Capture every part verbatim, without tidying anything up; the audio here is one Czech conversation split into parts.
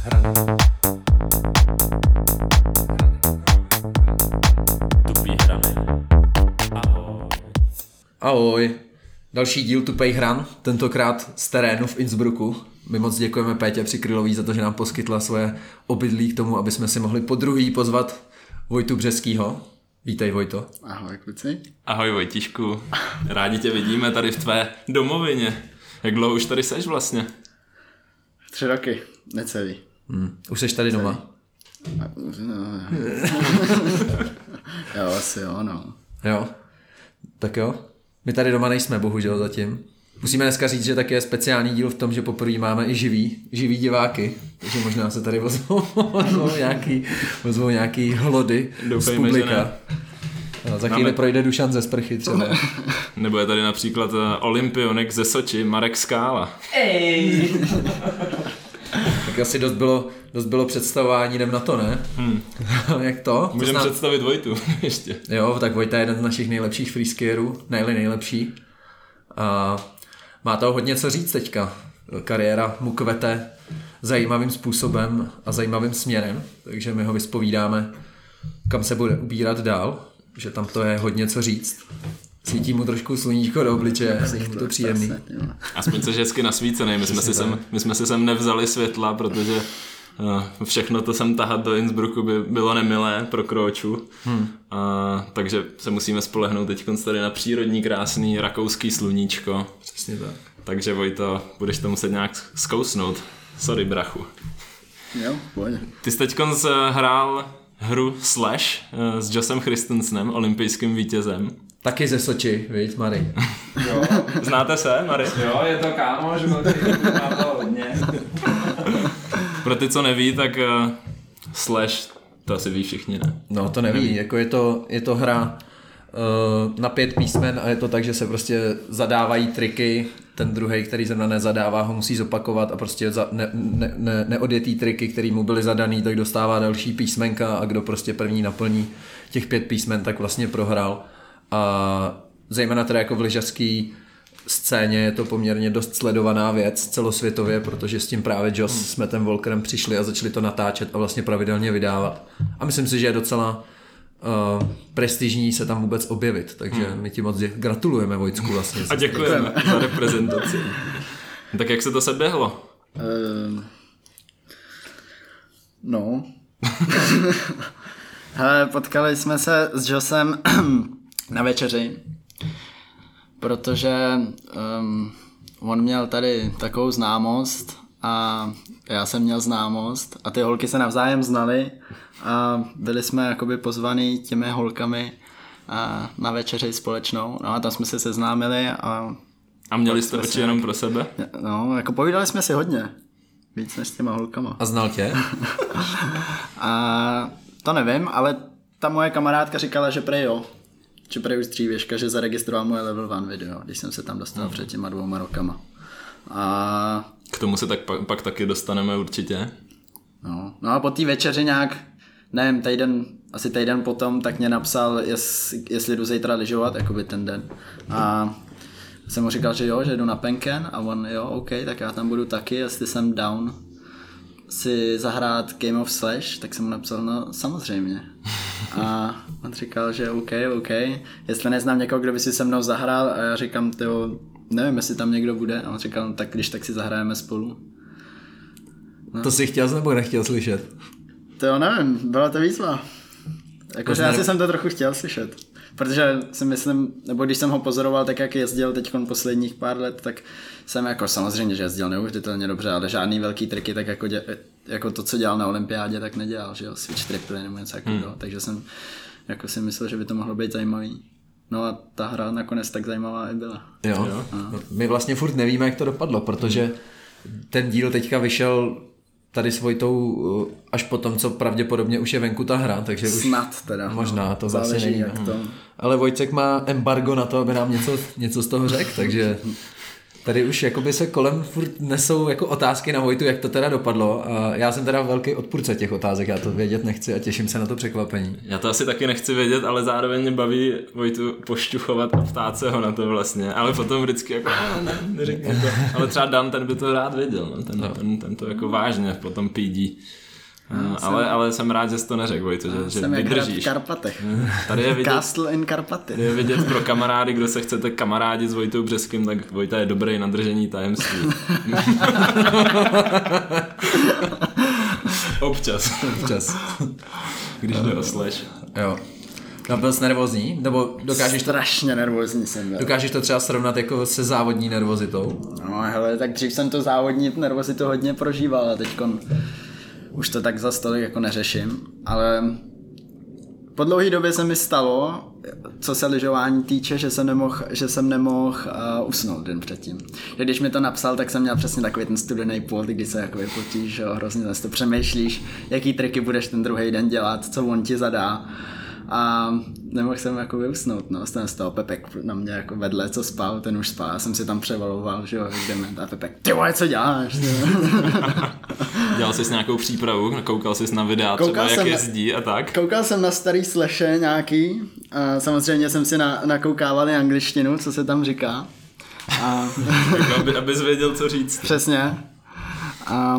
Tupý hrany. Ahoj. Ahoj. Další díl Tupej hran, tentokrát z terénu v Innsbrucku. My moc děkujeme Pétě Přikrylový za to, že nám poskytla svoje obydlí k tomu, aby jsme si mohli podruhý pozvat Vojtu Břeskýho. Vítej, Vojto. Ahoj, kluci. Ahoj, Vojtišku. Rádi tě vidíme tady v tvé domovině. Jak dlouho už tady seš vlastně? Tři roky, necelý. Hmm. Už seš tady doma? No, jo, asi jo, no. Jo. Tak jo. My tady doma nejsme, bohužel zatím. Musíme dneska říct, že taky je speciální díl v tom, že poprvé máme i živý, živý diváky. Takže možná se tady ozvou, ozvou, nějaký, ozvou nějaký hlody z publika. Za chvíli Máme... projde Dušan ze sprchy třeba. Nebo je tady například olympionik ze Soči, Marek Skála. Ej! Tak asi dost bylo, dost bylo představování, jdem na to, ne? Hmm. Jak to? Můžeme znám... představit Vojtu ještě. Jo, tak Vojta je jeden z našich nejlepších freeskierů, nejli nejlepší. A má toho hodně co říct teďka. Kariéra mu kvete zajímavým způsobem a zajímavým směrem, takže my ho vyspovídáme, kam se bude ubírat dál, že tam to je hodně co říct. Svítí mu trošku sluníčko do obličeje, je mu to příjemný. Aspoň se hezky nasvícený, my jsme, si sem, my jsme si sem nevzali světla, protože uh, všechno to sem tahat do Innsbrucku by bylo nemilé pro Króču. Hmm. Uh, takže se musíme spolehnout teď tady na přírodní, krásný rakouský sluníčko. Přesně tak. Takže Vojto, budeš to muset nějak zkousnout. Sorry, brachu. Jo, pojď. Ty jsi teďkon hrál hru Slash uh, s Josem Christensenem, olympijským vítězem. Taky ze Soči, viď, Mary? Jo. Znáte se, Mary? Jo, je to kámoš, velký, má to hodně. Pro ty, co neví, tak uh, Slash, to asi ví všichni, ne? No, to neví, neví. Jako je to, je to hra uh, na pět písmen a je to tak, že se prostě zadávají triky, ten druhej, který zrovna nezadává, ho musí zopakovat a prostě za, ne, ne, ne, neodjetý triky, který mu byly zadaný, tak dostává další písmenka a kdo prostě první naplní těch pět písmen, tak vlastně prohrál. A zejména teda jako v lyžařský scéně je to poměrně dost sledovaná věc celosvětově, protože s tím právě Joss hmm. jsme ten Volkerem přišli a začali to natáčet a vlastně pravidelně vydávat. A myslím si, že je docela uh, prestižní se tam vůbec objevit, takže hmm. my ti moc gratulujeme, Vojtsku, vlastně. A děkujeme za reprezentaci. Tak jak se to seběhlo? Uh, no. Hele, potkali jsme se s Jossem na večeři, protože um, on měl tady takovou známost a já jsem měl známost a ty holky se navzájem znaly a byli jsme jakoby pozvaný těmi holkami a na večeři společnou, no a tam jsme se seznámili a... A měli jste oči jenom pro sebe? No, jako povídali jsme si hodně, víc než s těma holkama. A znal tě? A to nevím, ale ta moje kamarádka říkala, že prej jo. Že prej už dřívěžka, že zaregistroval moje level one video, když jsem se tam dostal mm. před těma dvouma rokama. A... K tomu se tak pak, pak taky dostaneme určitě. No, no a po té večeři nějak, nevím, týden, asi týden potom, tak mě napsal, jest, jestli jdu zítra lyžovat, jakoby ten den. A jsem mu říkal, že jo, že jdu na Penken a on, jo, OK, tak já tam budu taky, jestli jsem down si zahrát Game of Slash, tak jsem mu napsal, no samozřejmě. A on říkal, že OK, OK, jestli neznám někoho, kdo by si se mnou zahrál a já říkám, tyjo, nevím, jestli tam někdo bude. A on říkal, no, tak když tak si zahrajeme spolu. No. To jsi chtěl nebo nechtěl slyšet? To nevím, byla to výzva. Jakože já si jsem to trochu chtěl slyšet. Protože si myslím, nebo když jsem ho pozoroval tak, jak jezdil teď posledních pár let, tak jsem jako samozřejmě, že jezdil neuvěřitelně dobře, ale žádný velký triky, tak jako, dě, jako to, co dělal na olympiádě, tak nedělal, že jo, switch triply nebo něco takového, hmm. takže jsem jako si myslel, že by to mohlo být zajímavý. No a ta hra nakonec tak zajímavá i byla. Jo, jo. My vlastně furt nevíme, jak to dopadlo, protože ten díl teďka vyšel tady s Vojtou až po tom, co pravděpodobně už je venku ta hra, takže už snad teda. Možná, to záleží, zase nevíme. To... Ale Vojcek má embargo na to, aby nám něco, něco z toho řekl, takže Tady už jakoby se kolem furt nesou jako otázky na Vojtu, jak to teda dopadlo. A já jsem teda velký odpůrce těch otázek, já to vědět nechci a těším se na to překvapení. Já to asi taky nechci vědět, ale zároveň mě baví Vojtu pošťuchovat a ptát se ho na to vlastně, ale potom vždycky jako, ne, ne, neřekni to. Ale třeba Dan, ten by to rád věděl, no. Ten, no. Ten, ten to jako vážně potom pídí. No, ale, jsem, ale jsem rád, že jsi to neřekl, Vojto, že, že jsem vydržíš. Jsem jak v Karpatech. Tady je vidět, Castle in Karpaty. Tady je vidět pro kamarády, kdo se chcete kamarádit s Vojtou Břeským, tak Vojta je dobrý na držení tajemství. Občas. Občas. Když dorostleš. Jo. No, byl jsi nervózní? Nebo dokážeš to, Strašně nervózní jsem byl. dokážeš to třeba srovnat jako se závodní nervozitou? No hele, tak dřív jsem to závodní nervozitu hodně prožíval a teďkon už to tak za stolik jako neřeším, ale po dlouhé době se mi stalo, co se lyžování týče, že jsem nemohl, že jsem nemohl uh, usnout den předtím. Když mi to napsal, tak jsem měl přesně takový ten studený půl, kdy se jakoby potíš, jo, hrozně zase to přemýšlíš, jaký triky budeš ten druhý den dělat, co on ti zadá. A nemohl jsem jako usnout, no, jsem z toho Pepek na mě jako vedle, co spal, ten už spal, já jsem si tam převaloval, že jo, jdeme, a Pepek, ty vole, co děláš? Dělal jsi nějakou přípravu, koukal jsi na videa třeba, koukal jak jezdí a tak? Koukal jsem na starý slashe nějaký, a samozřejmě jsem si na, nakoukával i angličtinu, co se tam říká. A aby, abys věděl, co říct. Přesně. A,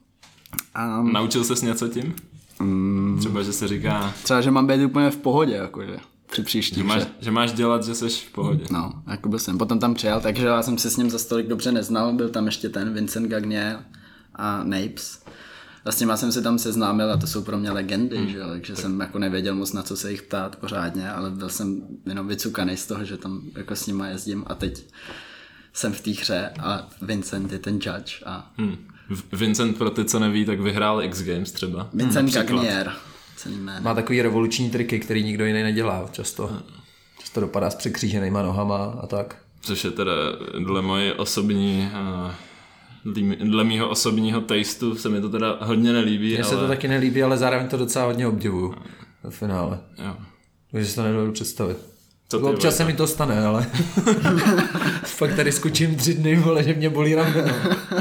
a, Naučil ses něco tím? Mm, třeba, že se říká... Třeba, že mám být úplně v pohodě, jakože při příští. Že máš, že máš dělat, že jsi v pohodě. No, jako byl jsem. Potom tam přijel, takže já jsem se s ním za stolik dobře neznal. Byl tam ještě ten Vincent Gagnier a Napes. A s nima jsem se tam seznámil a to jsou pro mě legendy, hmm. že jo? Takže tak. Jsem jako nevěděl moc na co se jich ptát pořádně, ale byl jsem jenom vycukaný z toho, že tam jako s nima jezdím a teď jsem v té hře a Vincent je ten judge a... Hmm. Vincent, pro ty, co neví, tak vyhrál X Games třeba. Vincent hmm, Gagnier. Má takový revoluční triky, který nikdo jiný nedělá. Často, často dopadá s překříženýma nohama a tak. Což je teda dle moje osobní... Uh... dle mýho osobního tasteu se mi to teda hodně nelíbí. Mně ale... se to taky nelíbí, ale zároveň to docela hodně obdivuju v finále. Jo. Takže si to nedovedu představit. Co občas se mi to stane, ale fakt tady skučím tři dny, vole, že mě bolí rameno.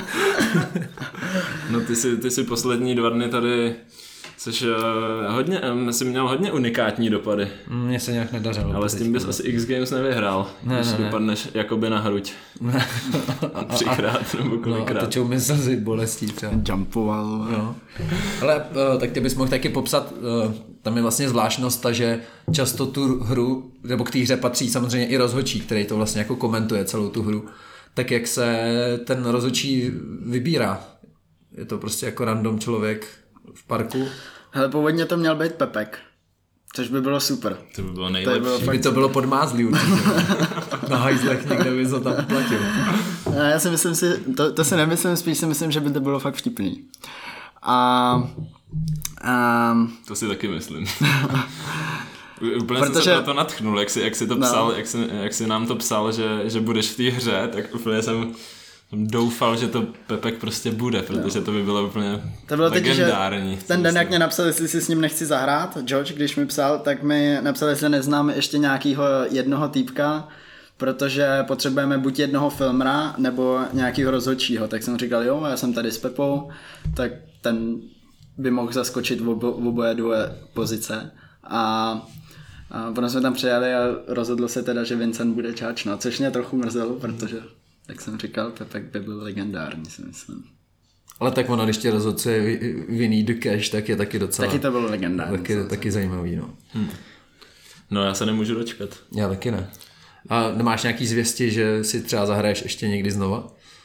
No ty si, ty si poslední dva dny tady což uh, hodně, um, jsi měl hodně unikátní dopady. Mně se nějak nedařilo. Ale s tím bys asi X Games nevyhrál, ne, když ne, dopadneš ne. jakoby na hruď. Třikrát nebo kolikrát. No a točou mi slzy bolestí třeba. Jumpoval. No. Ale uh, tak ty bys mohl taky popsat, uh, tam je vlastně zvláštnost ta, že často tu hru, nebo k té hře patří samozřejmě i rozhodčí, který to vlastně jako komentuje celou tu hru. Tak jak se ten rozhodčí vybírá? Je to prostě jako random člověk v parku? Hele, původně to měl být Pepek, což by bylo super. To by bylo nejlepší. To by, bylo by to bylo podmázlý určitě. Na hajzlech někde by to tam platil. Já si myslím si, to, to si nemyslím, spíš si myslím, že by to bylo fakt vtipný. A... a to si taky myslím. Úplně Protože... jsem se proto nadchnul, jak jsi, jak jsi to psal, no. jak, jsi, jak jsi nám to psal, že, že budeš v té hře, tak úplně jsem doufal, že to Pepek prostě bude, protože no. to by bylo úplně to bylo legendární. Teď, ten den, jak mě napsal, jestli si s ním nechci zahrát, George, když mi psal, tak mi napsal, jestli neznám ještě nějakýho jednoho týpka, protože potřebujeme buď jednoho filmra, nebo nějakýho rozhodčího. Tak jsem říkal, jo, já jsem tady s Pepou, tak ten by mohl zaskočit v, obo, v oboje dvě pozice. A, a potom jsme tam přijeli a rozhodlo se teda, že Vincent bude čáč, no, což mě trochu mrzelo, protože, jak jsem říkal, Pepek by byl legendární, si myslím. Ale tak ono, když tě rozhodce viní the cash, tak je taky docela... Taky to bylo legendární. Taky, taky zajímavý, no. Hmm. No já se nemůžu dočkat. Já taky ne. A nemáš nějaký zvěsti, že si třeba zahraješ ještě někdy znova?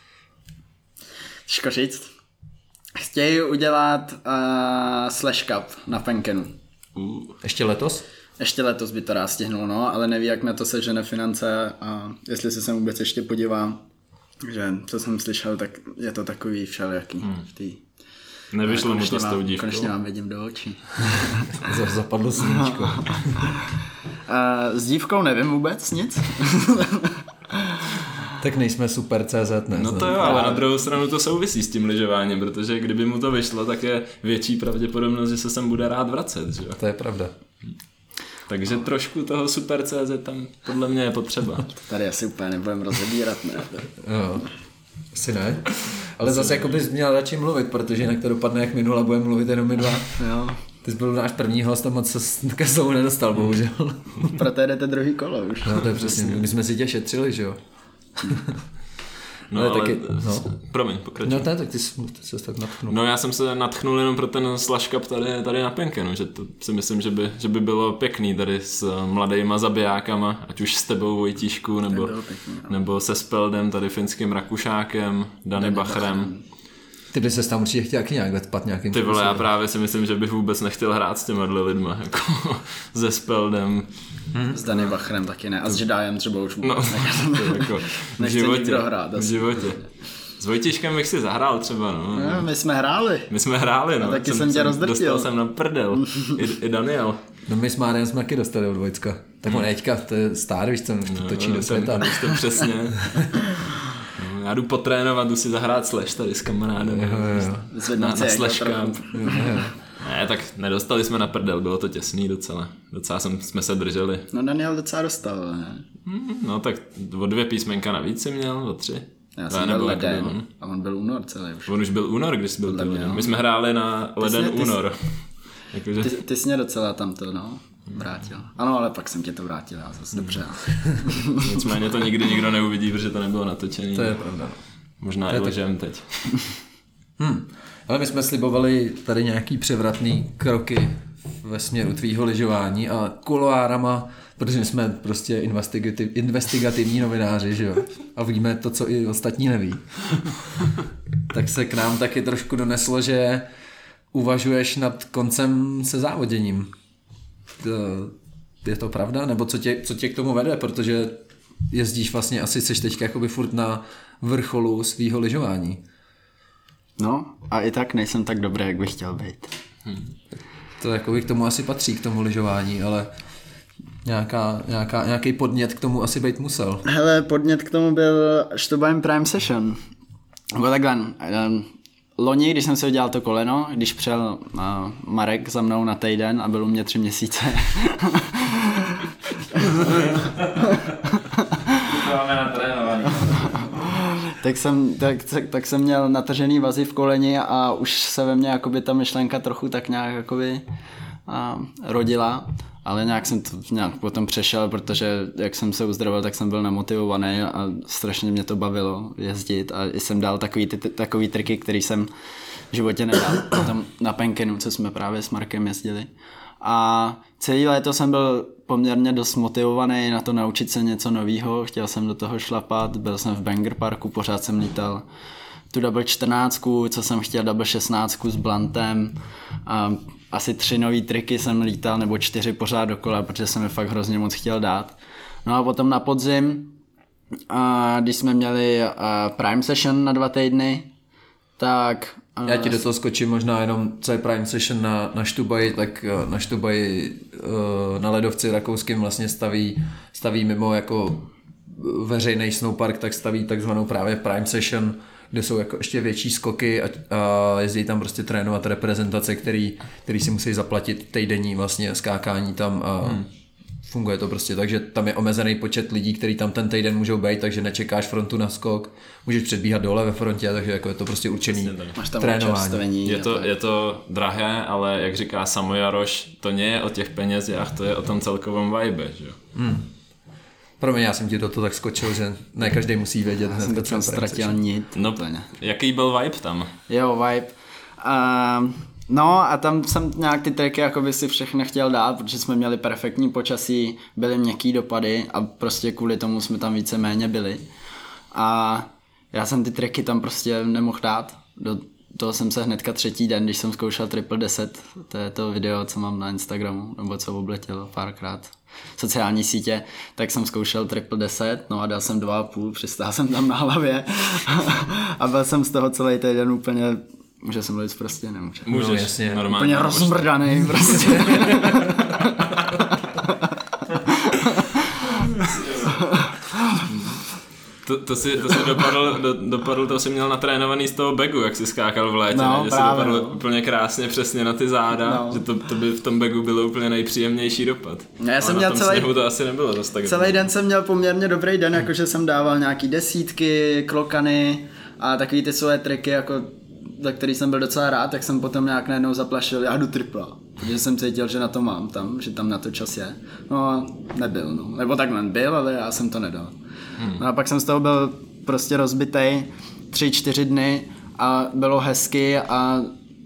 Těžko říct. Chtějí udělat uh, Slash Cup na Penkenu. Uh. Ještě letos? Ještě letos by to rád stihnul, no, ale neví, jak na to sežene finance a jestli se sem vůbec ještě podívá, že co jsem slyšel, tak je to takový všelijaký hmm. v té... Nevyšlo mu to s tou dívkou. Konečně vám vidím do očí. Zapadlo sluníčko. S dívkou nevím vůbec nic. Tak nejsme super C Z, ne? No to jo, ale na druhou stranu to souvisí s tím lyžováním, protože kdyby mu to vyšlo, tak je větší pravděpodobnost, že se sem bude rád vracet, že jo? To je pravda. Takže trošku toho Super C Z tam podle mě je potřeba. Tady asi úplně nebudeme rozebírat, ne? Jo. Asi ne. Ale zase jako bys měl radši mluvit, protože jinak to dopadne jak minule, budeme mluvit jenom my dva. Jo. Ty jsi byl náš první host a moc se ke slovu nedostal, bohužel. Proto jdete druhý kolo už. No to je přesně, my jsme si tě šetřili, že jo. No ale ale, taky, no. Promiň, pokračuj. No ne, tak ty jsi, ty jsi tak natchnul. No já jsem se natchnul jenom pro ten Slash Cup tady, tady na Penkenu, že to si myslím, že by, že by bylo pěkný tady s mladejma zabijákama, ať už s tebou Vojtíšku, nebo, pěkný, nebo se Speldem, tady finským Rakušákem, Dany Bachrem. Ty bys se tam určitě chtěl taky nějak vetpat nějakým Ty vole, způsobem. já právě si myslím, že bych vůbec nechtěl hrát s těma lidma, jako se Speldem. Hmm. S Dany Bachrem taky ne. A s Jediem třeba už No, vůbec to jako v Nechce životě, nikdo hrát, v asi. životě. S Vojtěškem bych si zahrál třeba, no. No, my jsme hráli. My jsme hráli, no. A taky jsem tě rozdrtil. Dostal jsem na prdel. I, i Daniel. No my s Márem jsme taky dostali od Vojcka. Tak on Eďka, to je star, víš co, No, točí no, do světa. Ten, to přesně. No, já jdu potrénovat, jdu si zahrát Slash tady s kamarádem. Jo, jo, jo. Na, Zvednout na se jako Slash trochu. Cup. Ne, tak nedostali jsme na prdel, bylo to těsný docela. Docela jsem, jsme se drželi. No Daniel docela dostal, ne? No tak o dvě písmenka navíc si měl, o tři. Já To jsem nebyl byl jako leden on. a on byl únor celý už. On už byl únor, když jsi byl Podle ty mě, leden. no. My jsme hráli na leden jsi- ty jsi- únor. Jakože... Ty, ty jsi mě docela tamto, no, vrátil. Ano, ale pak jsem tě to vrátil, já zase dobře. Nicméně to nikdy nikdo neuvidí, protože to nebylo natočený. To je pravda. Možná To i je tak- lžem teď. Hm. Ale my jsme slibovali tady nějaký převratný kroky ve směru tvýho lyžování a kuloárama, protože jsme prostě investigativ, investigativní novináři, že jo? A víme to, co i ostatní neví. Tak se k nám taky trošku doneslo, že uvažuješ nad koncem se závoděním. To, je to pravda? Nebo co tě, co tě k tomu vede? Protože jezdíš vlastně, asi seš teďka jakoby furt na vrcholu svýho lyžování. No, a i tak nejsem tak dobrý, jak bych chtěl být. To jakoby k tomu asi patří, k tomu lyžování, ale nějaká, nějaká, nějaký podnět k tomu asi být musel. Hele, podnět k tomu byl Štobajm Prime Session. Bylo takhle, um, loni, když jsem si udělal to koleno, když přijel uh, Marek za mnou na týden a byl u mě tři měsíce. To máme natrénovaný. tak, jsem, tak, tak, tak jsem měl natažený vazy v koleni a už se ve mně jakoby ta myšlenka trochu tak nějak jakoby a, rodila, ale nějak jsem to nějak potom přešel, protože jak jsem se uzdravil, tak jsem byl namotivovaný a strašně mě to bavilo jezdit a jsem dal takový, ty, takový triky, který jsem v životě nedal. Tam na Penkenu, co jsme právě s Markem jezdili. A celý léto jsem byl poměrně dost motivovaný na to naučit se něco nového, chtěl jsem do toho šlapat, byl jsem v Banger Parku, pořád jsem lítal tu double čtrnáct, co jsem chtěl, double šestnáct s blantem a asi tři nový triky jsem lítal, nebo čtyři pořád dokola, protože jsem je fakt hrozně moc chtěl dát. No a potom na podzim, a když jsme měli Prime Session na dva týdny, tak... Já ti do toho skočím možná jenom, co je Prime Session na, na Štubaji, tak na Štubaji na ledovci rakouským vlastně staví, staví mimo jako veřejný snowpark, tak staví takzvanou právě Prime Session, kde jsou jako ještě větší skoky a, a jezdí tam prostě trénovat reprezentace, který, který si musí zaplatit týdenní vlastně skákání tam a hmm. funguje to prostě tak, že tam je omezený počet lidí, kteří tam ten týden můžou být, takže nečekáš frontu na skok, můžeš předbíhat dole ve frontě, takže jako je to prostě určený Máš tam trénování. Je to, je to drahé, ale jak říká Samo Jaroš, to nie je o těch penězích, to je o tom celkovém vibe, že jo. Hmm. Promiň, já jsem ti do toho tak skočil, že ne každý musí vědět. Já jsem to ztratil nit. No, úplně. Jaký byl vibe tam? Jo, vibe. Uh, no a tam jsem nějak ty triky jakoby si všechny chtěl dát, protože jsme měli perfektní počasí, byly měkký dopady a prostě kvůli tomu jsme tam víceméně byli. A já jsem ty triky tam prostě nemohl dát. Do toho jsem se hnedka třetí den, když jsem zkoušel triple deset, to je to video, co mám na Instagramu, nebo co obletělo párkrát sociální sítě, tak jsem zkoušel triple deset, no a dal jsem dva a půl, přistál jsem tam na hlavě a byl jsem z toho celý týden úplně, může jsem mluvit prostě, nemůže. Můžeš, no, jasně. normálně. Úplně rozmrdaný prostě. To to, to, si, to si dopadl, do, dopadl, to si měl natrénovaný z toho bagu, jak si skákal v létě, no, ne? Že právě, si dopadl no. úplně krásně přesně na ty záda, no. Že to, to by v tom bagu bylo úplně nejpříjemnější dopad. Já jsem ale měl na tom celý, sněhu to asi nebylo zase tak. Celý den jsem měl poměrně dobrý den, jakože jsem dával nějaký desítky, klokany a takový ty svoje triky, jako, za který jsem byl docela rád, tak jsem potom nějak najednou zaplašil, já jdu tripla. Protože jsem cítil, že na to mám tam, že tam na to čas je. No a nebyl, no. Nebo takhle byl, ale já jsem to nedal. Hmm. No a pak jsem z toho byl prostě rozbitej tři, čtyři dny a bylo hezky a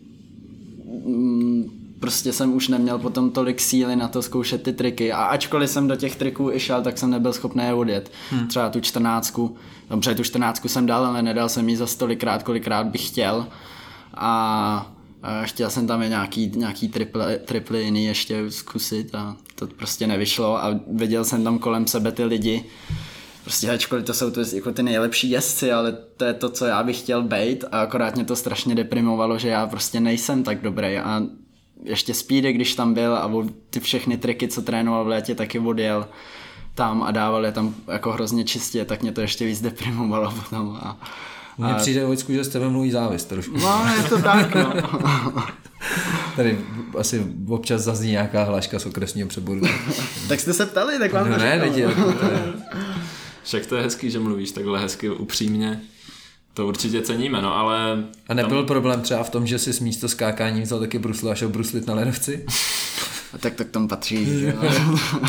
mm, prostě jsem už neměl potom tolik síly na to zkoušet ty triky. A ačkoliv jsem do těch triků i šel, tak jsem nebyl schopný je odjet. Hmm. Třeba tu čtrnáctku, dobře, tu čtrnáctku jsem dal, ale nedal jsem ji za stolikrát, kolikrát bych chtěl. A chtěl jsem tam je nějaký, nějaký triple, triple jiný ještě zkusit a to prostě nevyšlo a viděl jsem tam kolem sebe ty lidi. Prostě ačkoliv to jsou to jako ty nejlepší jezdci, ale to je to, co já bych chtěl bejt a akorát mě to strašně deprimovalo, že já prostě nejsem tak dobrý a ještě Speedy, když tam byl a ty všechny triky, co trénoval v létě, taky odjel tam a dával je tam jako hrozně čistě, tak mě to ještě víc deprimovalo potom a mně a... přijde, Vojtku, že s tebe mluví závist trošku. No, je to tak, no. Tady asi občas zazní nějaká hláška z okresního přeboru. Tak jste se ptali, tak vám no to ne, říkal. ne, to je... Však to je hezký, že mluvíš takhle hezky, upřímně. To určitě ceníme, no ale... A nebyl tam... problém třeba v tom, že jsi s místo skákání vzal taky brusle a šel bruslit na ledovci? A tak to k tomu patří, že jo.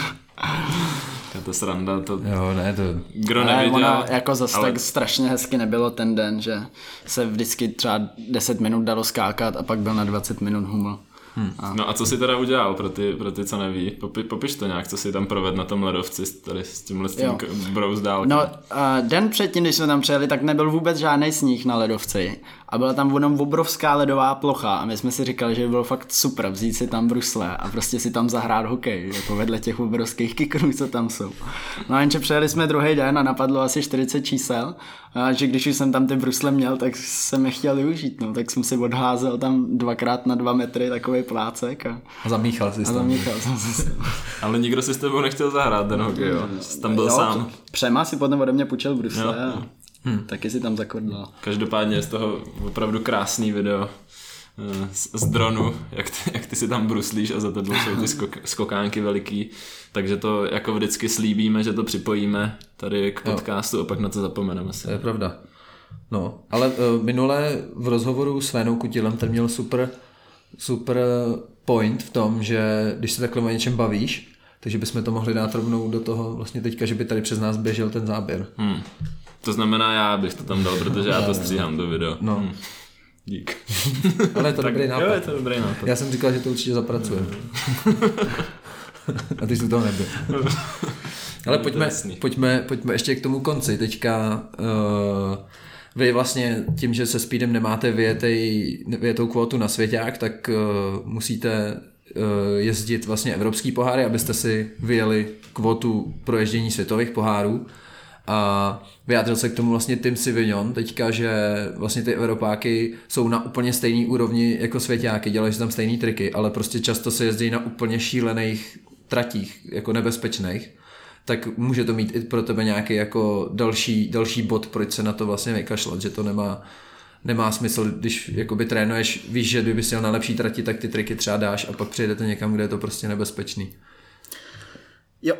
To sranda, to... Jo, ne, to... Kdo neviděl... Ono jako zase ale... tak strašně hezky nebylo ten den, že se vždycky třeba deset minut dalo skákat a pak byl na dvacet minut huml. Hmm. A... No a co jsi teda udělal pro ty, pro ty co neví? Popi, popiš to nějak, co jsi tam provedl na tom ledovci tady s tímhle s tím brouzdálkem. No uh, den předtím, když jsme tam přijeli, tak nebyl vůbec žádný sníh na ledovci a byla tam jenom obrovská ledová plocha a my jsme si říkali, že by bylo fakt super vzít si tam brusle a prostě si tam zahrát hokej, jako vedle těch obrovských kikrů, co tam jsou. No a jenže přijeli jsme druhý den a napadlo asi čtyřicet čísel a že když už jsem tam ty brusle měl, tak jsem je chtěl využít, no, tak jsem si odházel tam dvakrát na dva metry takový plácek a, a zamíchal jsi a zamíchal jsem si. Ale nikdo si s tebou nechtěl zahrát ten hokej, jo? Jsi tam byl jo, sám. Přema si potom ode mě půjčil brusle jo. A hmm. taky si tam zakordlal. Každopádně je z toho opravdu krásný video z, z dronu, jak ty, jak ty si tam bruslíš a za tebou jsou ty skok, skokánky veliký, takže to jako vždycky slíbíme, že to připojíme tady k podcastu jo. A pak na to zapomeneme si. To je pravda. No, ale uh, minule v rozhovoru s Vénou Kutilem ten měl super, super point v tom, že když se takhle o něčem bavíš, takže bychom to mohli dát rovnou do toho vlastně teďka, že by tady přes nás běžel ten záběr. Hmm. To znamená, já bych to tam dal, protože já to stříhám do video. No. Hmm. Dík. Ale je to tak, dobrý nápad. Jo, je to dobrý nápad. Já jsem říkal, že to určitě zapracuje. A ty jsi u toho nebyl. Ale pojďme, pojďme, pojďme ještě k tomu konci. Teďka uh, vy vlastně tím, že se Speedem nemáte vyjetej, vyjetou kvotu na svěťák, tak uh, musíte uh, jezdit vlastně evropský poháry, abyste si vyjeli kvotu pro ježdění světových pohárů. A vyjádřil se k tomu vlastně Tim Sivignon teďka, že vlastně ty Evropáky jsou na úplně stejný úrovni jako svěťáky, dělají si tam stejný triky, ale prostě často se jezdí na úplně šílených tratích, jako nebezpečných, tak může to mít i pro tebe nějaký jako další, další bod, proč se na to vlastně vykašlat, že to nemá, nemá smysl, když jakoby trénuješ, víš, že kdyby si jel na lepší trati, tak ty triky třeba dáš a pak přijedete někam, kde je to prostě nebezpečný. Jo.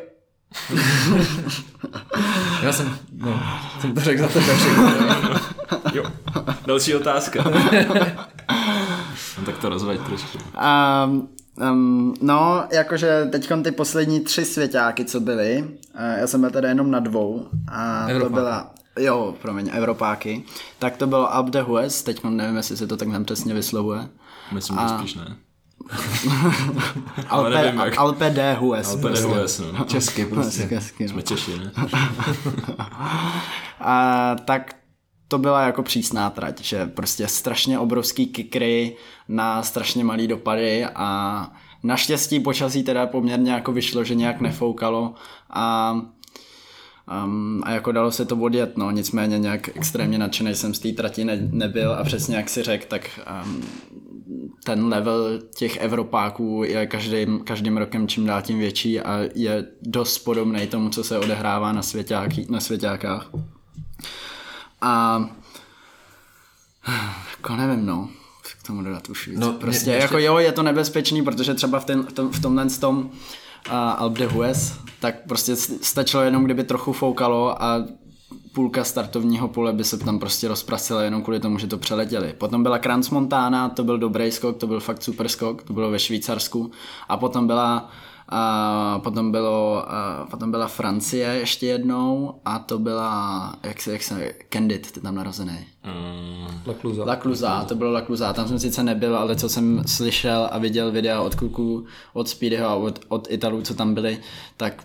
Já jsem, no, jsem to řekl za tebe všechno. Jo. Další otázka. No, tak to rozveď trošku. Um, um, no, jakože teďkon ty poslední tři svěťáky, co byly, uh, já jsem byl teda jenom na dvou. A Evropáky. To byla, jo, promiň, Evropáky. Tak to bylo Alpe d'Huez, teďkon nevím, jestli se to tak nám přesně vyslovuje. Myslím, a... že spíš ne. Alpe, nevím, jak... Alpe d'Huez. Alpe d'Huez, no. Česky prostě. Česky, no. Jsme Češi, ne? A tak to byla jako přísná trať, že prostě strašně obrovský kikry na strašně malý dopady a naštěstí počasí teda poměrně jako vyšlo, že nějak nefoukalo a Um, a jako dalo se to odjet, no, nicméně nějak extrémně nadšený jsem z té trati ne, nebyl a přesně jak si řekl, tak um, ten level těch Evropáků je každým, každým rokem čím dál tím větší a je dost podobný tomu, co se odehrává na, svěťáky, na svěťákách. A jako nevím, no, k tomu dodat už víc. No, prostě mě, mě jako ještě... jo, je to nebezpečný, protože třeba v, ten, v, tom, v tomhle tom uh, Alpe d'Huez, tak prostě stačilo jenom, kdyby trochu foukalo a půlka startovního pole by se tam prostě rozprasila jenom kvůli tomu, že to přeletěli. Potom byla Crans Montana, to byl dobrý skok, to byl fakt super skok, to bylo ve Švýcarsku. A potom byla a potom bylo a potom byla Francie ještě jednou a to byla, jak se, jak se, Candid, ty tam narozený. Mm. La Clusa. La Clusa, to bylo La Clusa, tam jsem sice nebyl, ale co jsem slyšel a viděl videa od kluků, od Speedyho a od, od Italů, co tam byli, tak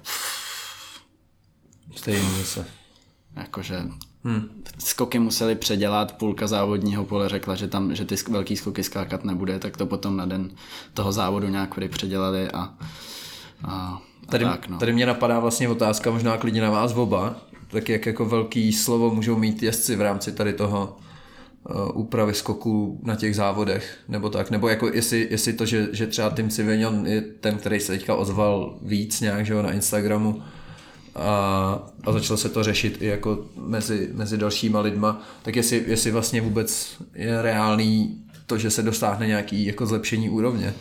Stejně se. Jakože hmm. skoky museli předělat, půlka závodního pole řekla, že tam, že ty velký skoky skákat nebude, tak to potom na den toho závodu nějak předělali a, a, a tady, tak, no. Tady mě napadá vlastně otázka, možná klidně na vás oba, tak jak jako velký slovo můžou mít jezdci v rámci tady toho uh, úpravy skoků na těch závodech, nebo tak, nebo jako jestli, jestli to, že, že třeba Tim Civignon je ten, který se teďka ozval víc nějak, že jo, na Instagramu, A, a začalo se to řešit i jako mezi, mezi dalšíma lidma, tak jestli, jestli vlastně vůbec je reálný to, že se dostáhne nějaký jako zlepšení úrovně.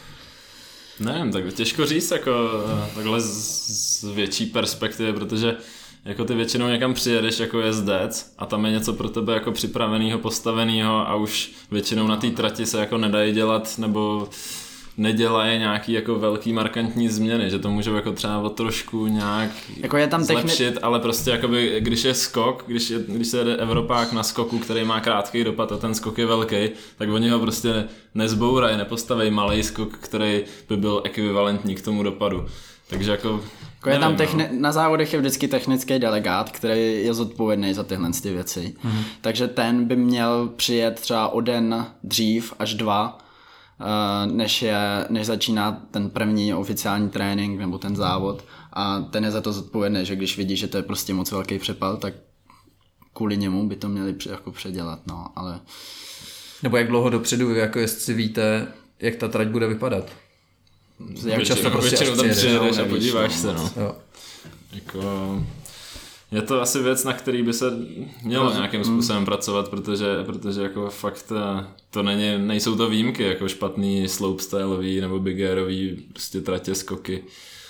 Nevím, tak těžko říct jako takhle z, z větší perspektivy, protože jako ty většinou někam přijedeš jako jezdec a tam je něco pro tebe jako připravenýho, postavenýho a už většinou na té trati se jako nedají dělat nebo nedělají nějaký jako velký markantní změny, že to můžou jako třeba o trošku nějak jako je tam zlepšit, techni- ale prostě jakoby, když je skok, když, je, když se jede Evropák na skoku, který má krátký dopad a ten skok je velký, tak oni ho prostě nezbourají, nepostaví malej skok, který by byl ekvivalentní k tomu dopadu. Takže jako Jako je tam techni- na závodech je vždycky technický delegát, který je zodpovědný za tyhle ty věci. Mm-hmm. Takže ten by měl přijet třeba o den dřív až dva, než, je, než začíná ten první oficiální trénink nebo ten závod a ten je za to zodpovědný, že když vidí, že to je prostě moc velký přepal, tak kvůli němu by to měli jako předělat, no, ale... Nebo jak dlouho dopředu vy jako jestli víte, jak ta trať bude vypadat? Jak většinou, často prostě většinou tam přijedeš a podíváš no, se, no. Jo. Jako... Je to asi věc, na který by se mělo Roz... nějakým způsobem mm. pracovat, protože, protože jako fakt to není, nejsou to výjimky, jako špatný slopestyleový nebo big airový prostě tratě, skoky.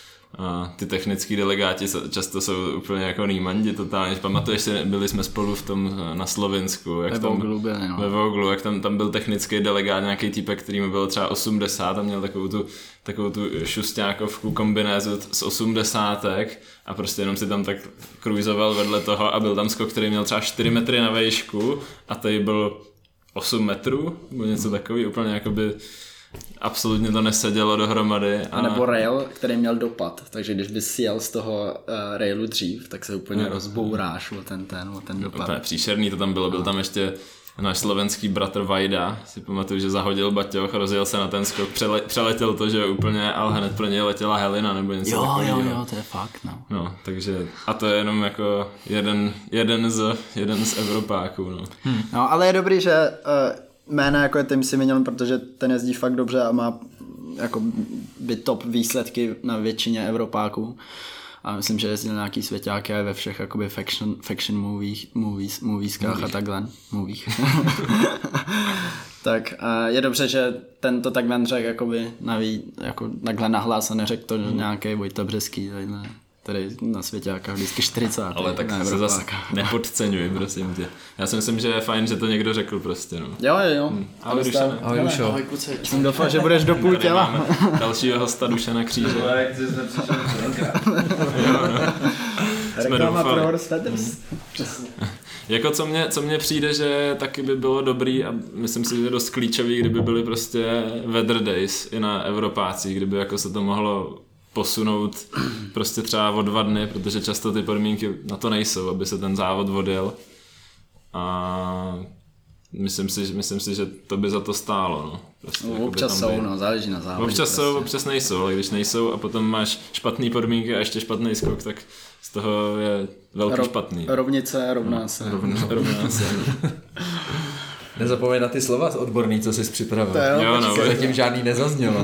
A ty technický delegáti často jsou úplně jako rýmandi totálně. Pamatuješ si, byli jsme spolu v tom na Slovinsku, jak ve tam, Voglu byli, no. ve Voglu, jak tam, tam byl technický delegát, nějaký týpek, který mu bylo třeba osmdesát a měl takovou tu, takovou tu šusťákovku kombinézu z osmdesátek a prostě jenom si tam tak cruisoval vedle toho a byl tam skok, který měl třeba čtyři metry na výšku a tady byl osm metrů, nebo něco takový, úplně jakoby absolutně to nesedělo dohromady. A, a nebo rail, který měl dopad, takže když bys sjel z toho uh, railu dřív, tak se úplně no. rozbouráš o ten, ten, o ten dopad. Úplně příšerný to tam bylo, byl tam ještě náš slovenský bratr Vajda, si pamatuju, že zahodil baťoch, rozjel se na ten skok, přele, přeletěl to, že úplně, ale hned pro něj letěla Helena nebo něco jo, takového. Jo, jo, to je fakt, no. No, takže, a to je jenom jako jeden, jeden, z, jeden z Evropáků, no. Hmm. No, ale je dobrý, že uh, jména jako je Tim Civignon, protože ten jezdí fakt dobře a má jako by top výsledky na většině Evropáků. A myslím, že jezdil nějaký svěťáky ve všech jakoby faction, faction movies, movies, movieskách a takhle. Movies. Tak uh, je dobře, že tento tak ven řekl jakoby naví, jako takhle nahlas a neřekl to mm. nějaký Vojta Břeský, tadyhle, tady na svěťákách vždycky čtyřicát. Ale tak se zase nepodceňuj, prosím tě. Já si myslím, že je fajn, že to někdo řekl prostě, no. Jo, jo, jo. Hmm. Ahoj, Dušane. Ahoj, Dušo. Ahoj, kuce. Jsem doufal, že budeš do půl těla. Dalšího hosta Dušana Kříže. Jak jsi nepřišel členka. Reklama pro Horse Feathers. Přesně. Jako co mně, co mně přijde, že taky by bylo dobrý a myslím si, že je dost klíčový, kdyby byly prostě weather days i na Evropácích, kdyby jako se to mohlo posunout prostě třeba o dva dny, protože často ty podmínky na to nejsou, aby se ten závod odjel. A myslím si, myslím si, že to by za to stálo. No. Prostě, no, občas jsou, by... no, záleží na závodě. Občas prostě. jsou, občas nejsou, ale když nejsou a potom máš špatný podmínky a ještě špatný skok, tak z toho je velký Ro- špatný. Rovnice rovná se. No, rovná, rovná se. Nezapomeň na ty slova odborný, co jsi připravil. Jo, jo, no, zatím žádný nezaznělo.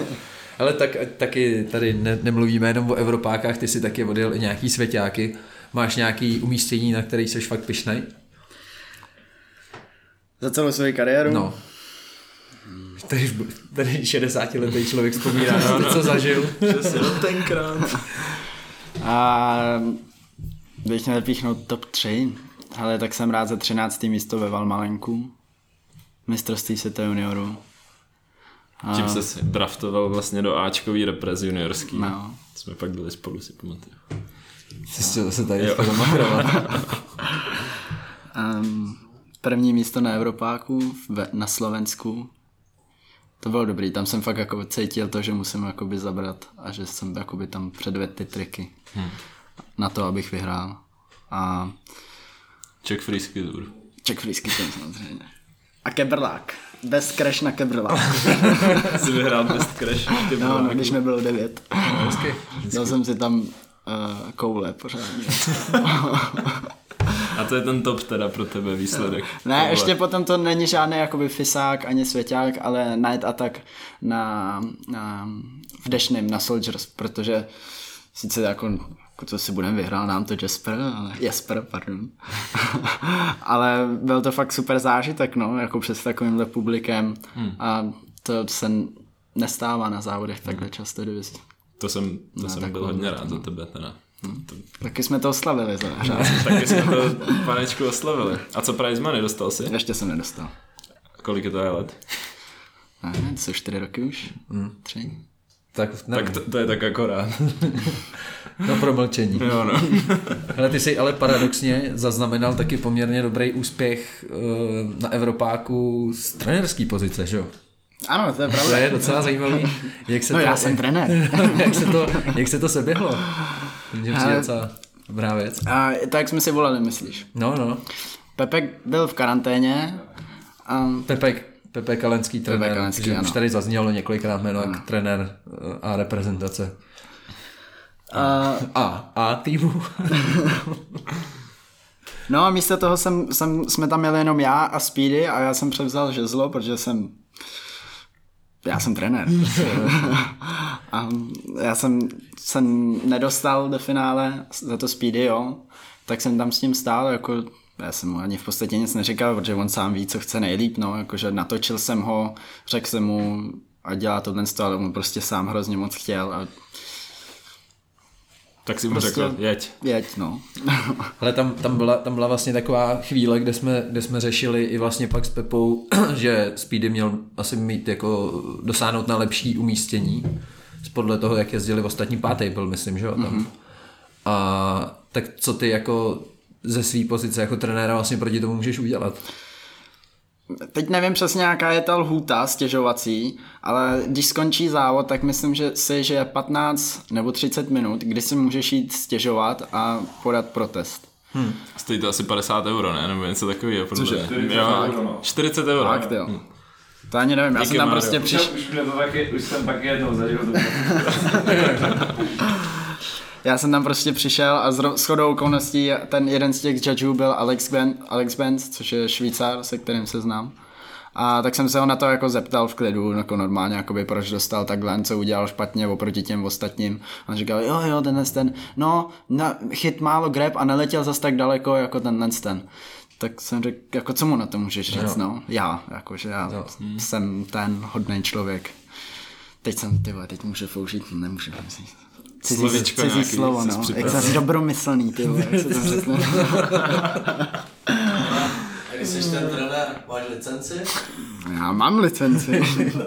Ale tak, taky tady ne, nemluvíme jenom o Evropákách, ty si taky odjel i nějaký svěťáky. máš nějaký umístění, na který jsi fakt pyšnej? Za celou svou kariéru? No. Tady, tady šedesátiletý člověk vzpomíná na to, co zažil. Přesně, tenkrát. A bych měl píchnout top tři, ale tak jsem rád za třinácté místo ve Valmalenku. Mistrovství světa juniorů. A... Čím se draftoval vlastně do Ačkový repres juniorský. No. Jsme pak byli spolu, si pamatuju. Jsi chtěl se tady zamakrovat. um, první místo na Evropáku v, na Slovensku. To bylo dobrý, tam jsem fakt jako cítil to, že musím jakoby zabrat a že jsem jakoby tam předvedl ty triky hmm. na to, abych vyhrál. A Czech Freeski Tour. Czech Freeski Tour samozřejmě. A kebrlák. Bez crash na kebrlák. Jsi vyhrál bez crash na kebrlák. No, no, když mi bylo devět. Hezky. Dal jsem si tam uh, koule pořádně. A to je ten top teda pro tebe výsledek. Ne, Tohle. ještě potom to není žádný jakoby fisák ani svěťák, ale night attack na, na v Dešným na Soldiers, protože sice jako, jako co si budeme vyhrál nám to Jesper, ale Jesper, pardon. Ale byl to fakt super zážitek, no, jako přes takovýmhle publikem hmm. a to se nestává na závodech takhle často, kdyby si... To jsem, to jsem byl hodně rád za tebe teda. Hmm. To... Taky jsme to oslavili za Taky jsme to panečku oslavili. A co prize money dostal jsi? Ještě jsem nedostal. Kolik je to je let? Ne, to jsou čtyři roky už. Hmm. Tři. Tak, tak to, to je tak akorát. No pro mlčení. Jo, no. Ale ty jsi ale paradoxně zaznamenal taky poměrně dobrý úspěch uh, na Evropáku z trenérský pozice, že jo? Ano, to je pravda. To je docela zajímavý. Jak se no to, já jsem trenér. jak, se to, jak se to seběhlo? Že přijde docela dobrá věc. A to jak jsme si volali, myslíš? No, no. Pepek byl v karanténě. A... Pepek, Pepek Kalenský trenér. Pepek Kalenský, že už tady zaznělo několikrát jméno jak trenér a reprezentace. A, a, a týmu. No a místo toho jsem, jsem, jsme tam měli jenom já a Speedy a já jsem převzal žezlo, protože jsem já jsem trenér. A já jsem se nedostal do finále, za to Speedy, jo. Tak jsem tam s ním stál, jako já jsem mu ani v podstatě nic neříkal, protože on sám ví, co chce nejlíp, no. Jakože natočil jsem ho, řekl jsem mu a dělá to ten ale on prostě sám hrozně moc chtěl a tak si mu prostě řekl, jeď. Jeď, no. Ale tam, tam, byla, tam byla vlastně taková chvíle, kde jsme, kde jsme řešili i vlastně pak s Pepou, že Speedy měl asi mít jako dosáhnout na lepší umístění podle toho, jak jezdili v ostatní pátý byl, myslím, že jo, tam. Mm-hmm. A tak co ty jako ze své pozice jako trenéra vlastně proti tomu můžeš udělat? Teď nevím přesně, jaká je ta lhůta stěžovací, ale když skončí závod, tak myslím, že si, že je patnáct nebo třicet minut, kdy si můžeš jít stěžovat a podat protest. Hmm. Stojí to asi padesát euro, ne? Nebo něco takového. Cože? čtyřicet euro. Fakt, jo. Hmm. To ani nevím, já Díky jsem tam Mario. prostě přišel. Už, už, taky, už jsem taky jednou zažil. Já jsem tam prostě přišel a s shodou okolností ten jeden z těch judgeů byl Alex, ben, Alex Benz, což je Švýcar, se kterým se znám. A tak jsem se ho na to jako zeptal v klidu, jako normálně, jakoby, proč dostal takhle, co udělal špatně oproti těm ostatním. A on říkal, jo, jo, tenhle ten, no, na, chyt málo grab a neletěl zas tak daleko jako tenhle ten. Tak jsem řekl, jako co mu na to můžeš říct, jo. no? Já, jakože já jo. jsem ten hodný člověk. Teď jsem, ty vole, teď můžu použít, nemůžu říct. Cizí, cizí slovo, no. Jak jsi dobromyslný, ty vole, jak se to řekne. A když jsi ten trenér, máš licenci? Já mám licenci.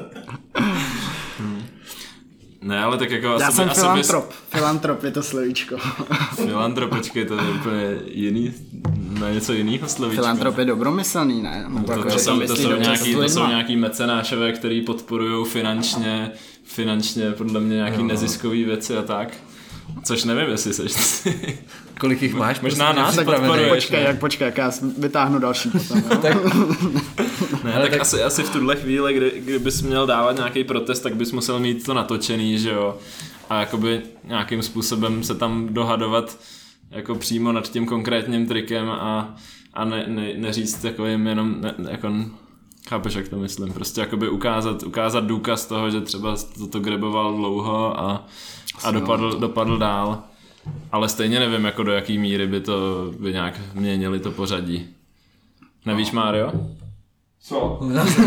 Ne, ale tak jako... Já asi jsem by, filantrop. Bys... Filantrop je to slovíčko. Filantrop, počkej, to je úplně jiný, na něco jiného slovíčko. Filantrop je dobromyslný, ne? No, to, to, to, jsou, to, jsou nějaký, to jsou nějaký mecenášové, který podporují finančně, finančně podle mě nějaký no. neziskový věci a tak. Což nevím, jestli seš. Kolik jich máš? Možná nás podporuješ. Počkej, jak počkej, jak já vytáhnu další potom. tak, ne, tak, tak asi, asi v tuhle chvíli, kdy, kdybys měl dávat nějaký protest, tak bys musel mít to natočený, že jo. A jakoby nějakým způsobem se tam dohadovat jako přímo nad tím konkrétním trikem a, a ne, ne, neříct takovým jenom, ne, jako, chápeš, jak to myslím, prostě jakoby ukázat, ukázat důkaz toho, že třeba toto greboval dlouho a, a dopadl, dopadl dál. ale stejně nevím, jako do jaký míry by to by nějak měnili to pořadí. Nevíš, Mário? Co?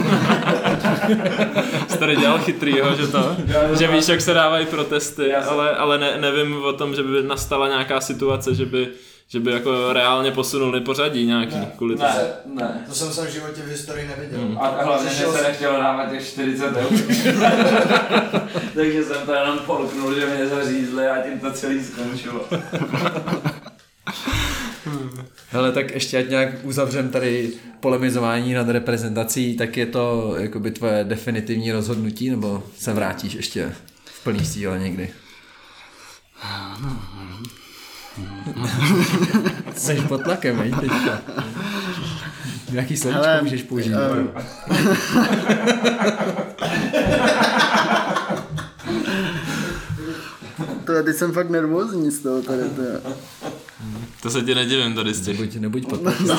Jsi tady dělal chytrýho, že to? Že víš, jak se dávají protesty, ale, ale ne, nevím o tom, že by nastala nějaká situace, že by, že by jako reálně posunuli pořadí nějaký Ne, kvůli ne, tomu. ne. To jsem v životě v historii neviděl. Hmm. A hlavně mě se nechtělo dávat těch čtyřicet eur. Takže jsem to jenom polknul, že mě zařízli a tím to celý skončilo. Hele, tak ještě ať nějak uzavřem tady polemizování nad reprezentací, tak je to jakoby tvoje definitivní rozhodnutí, nebo se vrátíš ještě v plný síle někdy? Jseš pod tlakem, veď, teďka. Jaký slovíčko Hele, můžeš použít? um, To já teď jsem fakt nervózní z toho tady. To je. To se ti nedivím tady z těch. Nebuď, nebuď pod tlakem.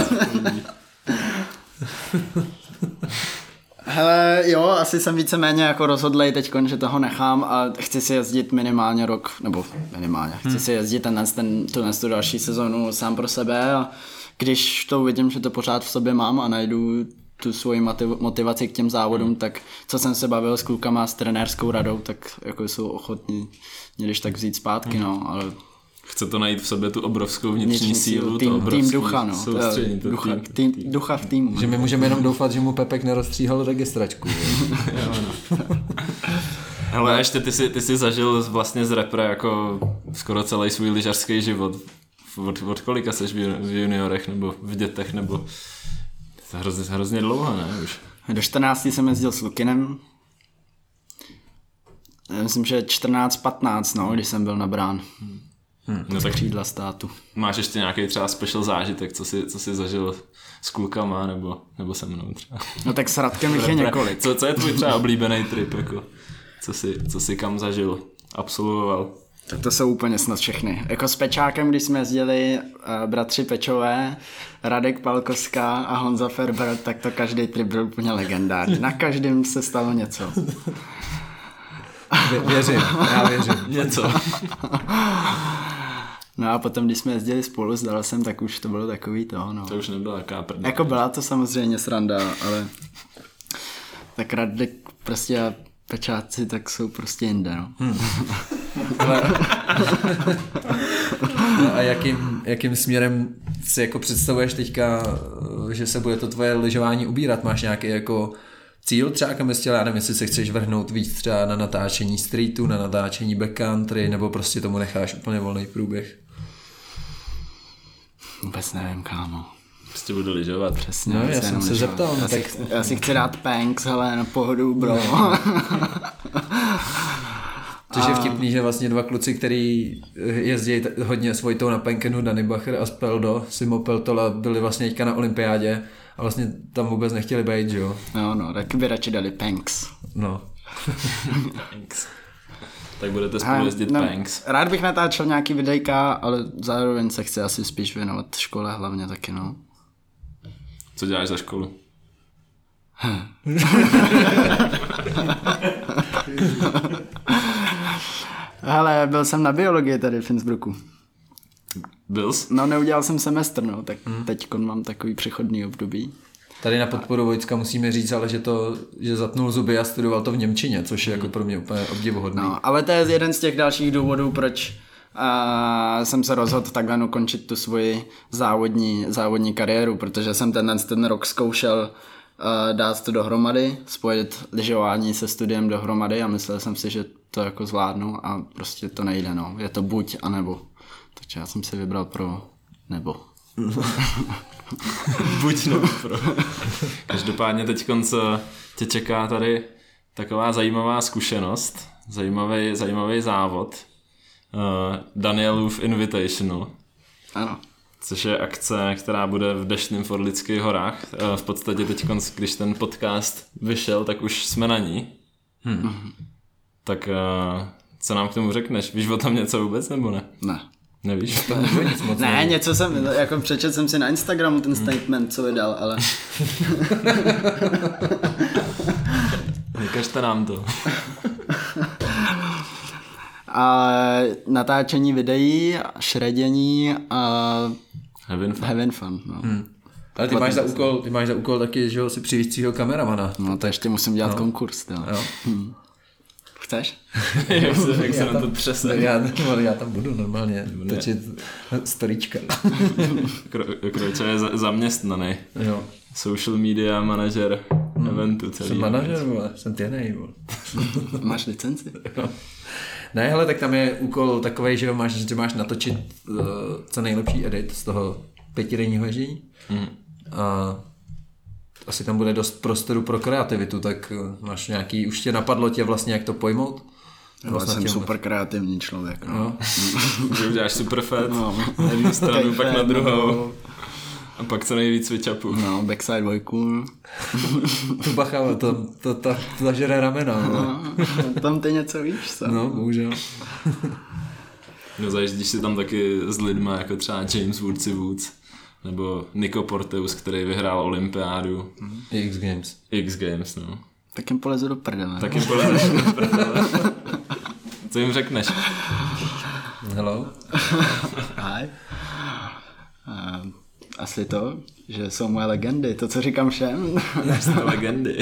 Hele, jo, asi jsem víceméně jako rozhodlej teďkon, že toho nechám a chci si jezdit minimálně rok, nebo minimálně, chci hmm. si jezdit ten, ten, ten, tu další sezonu sám pro sebe a když to uvidím, že to pořád v sobě mám a najdu tu svoji motivaci k těm závodům, hmm. tak co jsem se bavil s klukama, s trenérskou radou, tak jako jsou ochotní když tak vzít zpátky, hmm. no, ale... Chce to najít v sobě tu obrovskou vnitřní, vnitřní sílu, tým, to obrovský tým ducha, no. soustředění, to ducha, tým, tým, ducha v týmu. Že my můžeme jenom doufat, že mu Pepek nerozstříhal registračku. Jo, no. Hele, ještě ty jsi, ty jsi zažil vlastně z repre jako skoro celý svůj lyžařský život. Od, od kolika seš v juniorech nebo v dětech, nebo hrozně, hrozně dlouho, ne? Už. Do čtrnácti jsem jezdil s Lukinem. Já myslím, že čtrnáct patnáct, no, když jsem byl nabrán. Hmm. No tak křídla státu. Máš ještě nějaký třeba special zážitek, co jsi, co jsi zažil s klukama nebo, nebo se mnou třeba? No tak s Radkem jich je několik. Co, co je tvůj třeba oblíbený trip, jako, co, jsi, co jsi kam zažil, absolvoval? Tak to jsou úplně snad všechny. Jako s Pečákem, když jsme jezdili uh, bratři Pečové, Radek Palkoska a Honza Ferber, tak to každý trip byl úplně legendární. Na každém se stalo něco. Vě, věřím, já věřím. Něco. No a potom, když jsme jezdili spolu s Dallasem, tak už to bylo takový to, no. To už nebyla jaká prdě. Jako byla to samozřejmě sranda, ale tak Radek prostě a Pečáci tak jsou prostě jinde, no. Hmm. No a jakým, jakým směrem si jako představuješ teďka, že se bude to tvoje lyžování ubírat? Máš nějaký jako cíl třeba, kam bys chtěl, já nevím, jestli se chceš vrhnout víc třeba na natáčení streetu, na natáčení backcountry, nebo prostě tomu necháš úplně volný průběh? Vůbec nevím, kámo. Prostě budu lyžovat. Přesně. No, já jsem se lyžovat. zeptal. Já, tak... si, já si chci dát Panks, hele, na pohodu, bro. Což je vtipný, že vlastně dva kluci, který jezdí hodně s Vojtou na Penkenu, Danny Bacher a Speldo, Simo Peltola, byli vlastně teďka na olympiádě a vlastně tam vůbec nechtěli být, že jo? No, no, tak by radši dali Panks. No. Panks. Tak budete spolu jezdit no, Panks. Rád bych natáčel nějaký videjka, ale zároveň se chci asi spíš věnovat škole hlavně taky, no. Co děláš za školu? Hele, byl jsem na biologii tady v Innsbrucku. Byl jsi? No, neudělal jsem semestr, no, tak hmm. teď mám takový přechodný období. Tady na podporu Vojtka musíme říct, ale že to, že zatnul zuby a studoval to v němčině, což je jako pro mě úplně obdivuhodný. No, ale to je jeden z těch dalších důvodů, proč uh, jsem se rozhodl takhle ukončit tu svoji závodní, závodní kariéru, protože jsem ten, ten rok zkoušel uh, dát to dohromady, spojit lyžování se studiem dohromady a myslel jsem si, že to jako zvládnu a prostě to nejde, no. Je to buď a nebo. Takže já jsem si vybral pro nebo. Buď nebo pro. Každopádně teď co tě čeká tady taková zajímavá zkušenost, zajímavý, zajímavý závod. Uh, Danielův Invitational. Ano. Což je akce, která bude v deštném Forlických horách. Uh, v podstatě teď, když ten podcast vyšel, tak už jsme na ní. Hmm. Tak uh, co nám k tomu řekneš? Víš o tom něco vůbec nebo ne? Ne. Nevíš? To nic moc ne, neví. Něco jsem, jako přečet jsem si na Instagramu ten statement, co vydal, ale... Ukažte nám to. ale natáčení videí, šredění a Having fun. having fun no. Hmm. Ale ty máš, za úkol, ty máš za úkol taky, že jo, si přivízt svýho kameramana. No to ještě musím dělat no. konkurs. Jo. Jo. Hmm. Chceš? jak se, jak se na tam, to přesne. Já, já tam budu normálně točit storíčka. Kroče je za, zaměstnaný. Jo. Social media manažer hmm. eventu celý. Jsem manažer, vole. Jsem těnej, vole. Máš licenci? Jo. Ne, hele, tak tam je úkol takovej, že máš, že máš natočit uh, co nejlepší edit z toho pětidenního ježdění. Hmm. A asi tam bude dost prostoru pro kreativitu, tak máš nějaký, už tě napadlo tě vlastně, jak to pojmout? Já jsem super kreativní člověk. No. No. Že uděláš super fet, No. na jednu stranu, pak na druhou. No. A pak co nejvíc vyčapu. No, backside dvojku. Tu bacha, to, to, to, to zažere ramena. No. No, tam ty něco víš, co? No, bohužel. No zajíždíš si tam taky s lidma, jako třeba James Woodsy Woods, nebo Nico Porteus, který vyhrál olympiádu. X Games. X Games, no. Tak jim polezu do prdele. Tak jim polezeš do prdele. Co jim řekneš? Hello. Hi. Uh, asi to, že jsou moje legendy, to, co říkám všem. Jste legendy.